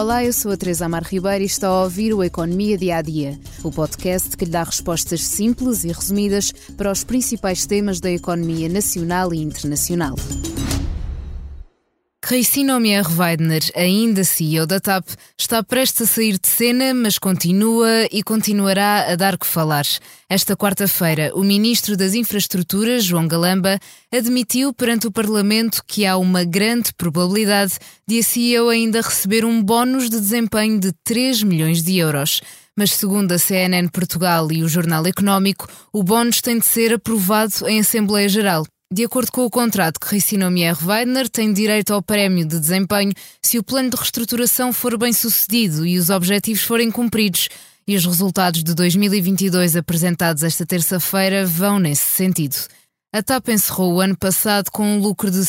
Olá, eu sou a Teresa Amar Ribeiro e está a ouvir o Economia Dia a Dia, o podcast que lhe dá respostas simples e resumidas para os principais temas da economia nacional e internacional. Kristine Omier-Weidner, ainda CEO da TAP, está prestes a sair de cena, mas continua e continuará a dar que falar. Esta quarta-feira, o Ministro das Infraestruturas, João Galamba, admitiu perante o Parlamento que há uma grande probabilidade de a CEO ainda receber um bónus de desempenho de 3 milhões de euros. Mas segundo a CNN Portugal e o Jornal Económico, o bónus tem de ser aprovado em Assembleia Geral. De acordo com o contrato, Kristine Omier-Weidner tem direito ao prémio de desempenho se o plano de reestruturação for bem sucedido e os objetivos forem cumpridos. E os resultados de 2022 apresentados esta terça-feira vão nesse sentido. A TAP encerrou o ano passado com um lucro de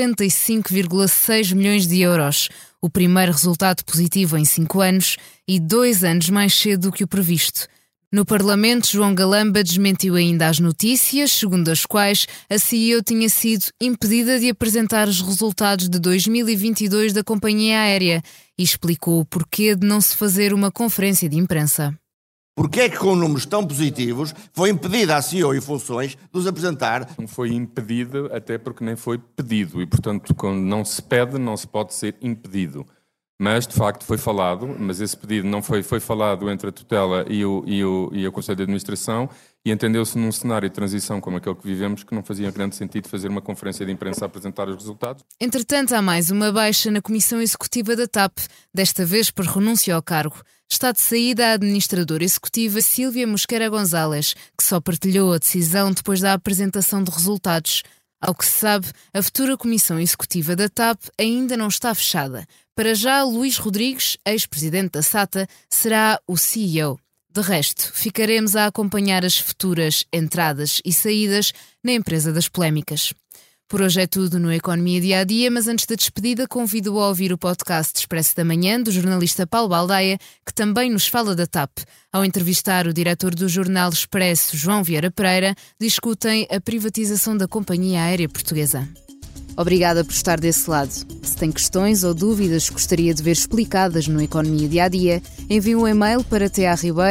65,6 milhões de euros, o primeiro resultado positivo em 5 anos e 2 anos mais cedo do que o previsto. No Parlamento, João Galamba desmentiu ainda as notícias, segundo as quais a CEO tinha sido impedida de apresentar os resultados de 2022 da companhia aérea e explicou o porquê de não se fazer uma conferência de imprensa. Porquê é que com números tão positivos foi impedida a CEO em funções de os apresentar? Não foi impedido, até porque nem foi pedido e, portanto, quando não se pede, não se pode ser impedido. Mas, de facto, foi falado, mas esse pedido não foi falado entre a tutela e o Conselho de Administração e entendeu-se num cenário de transição como aquele que vivemos que não fazia grande sentido fazer uma conferência de imprensa a apresentar os resultados. Entretanto, há mais uma baixa na Comissão Executiva da TAP, desta vez por renúncia ao cargo. Está de saída a administradora executiva Sílvia Mosqueira Gonzalez, que só partilhou a decisão depois da apresentação de resultados. Ao que se sabe, a futura Comissão Executiva da TAP ainda não está fechada. Para já, Luís Rodrigues, ex-presidente da SATA, será o CEO. De resto, ficaremos a acompanhar as futuras entradas e saídas na empresa das polémicas. Por hoje é tudo no Economia Dia a Dia, mas antes da despedida convido-o a ouvir o podcast Expresso da Manhã do jornalista Paulo Baldaia, que também nos fala da TAP. Ao entrevistar o diretor do jornal Expresso, João Vieira Pereira, discutem a privatização da companhia aérea portuguesa. Obrigada por estar desse lado. Se tem questões ou dúvidas que gostaria de ver explicadas no Economia Dia a Dia, envie um e-mail para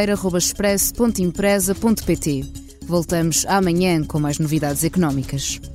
tearribeira@expresso.empresa.pt. Voltamos amanhã com mais novidades económicas.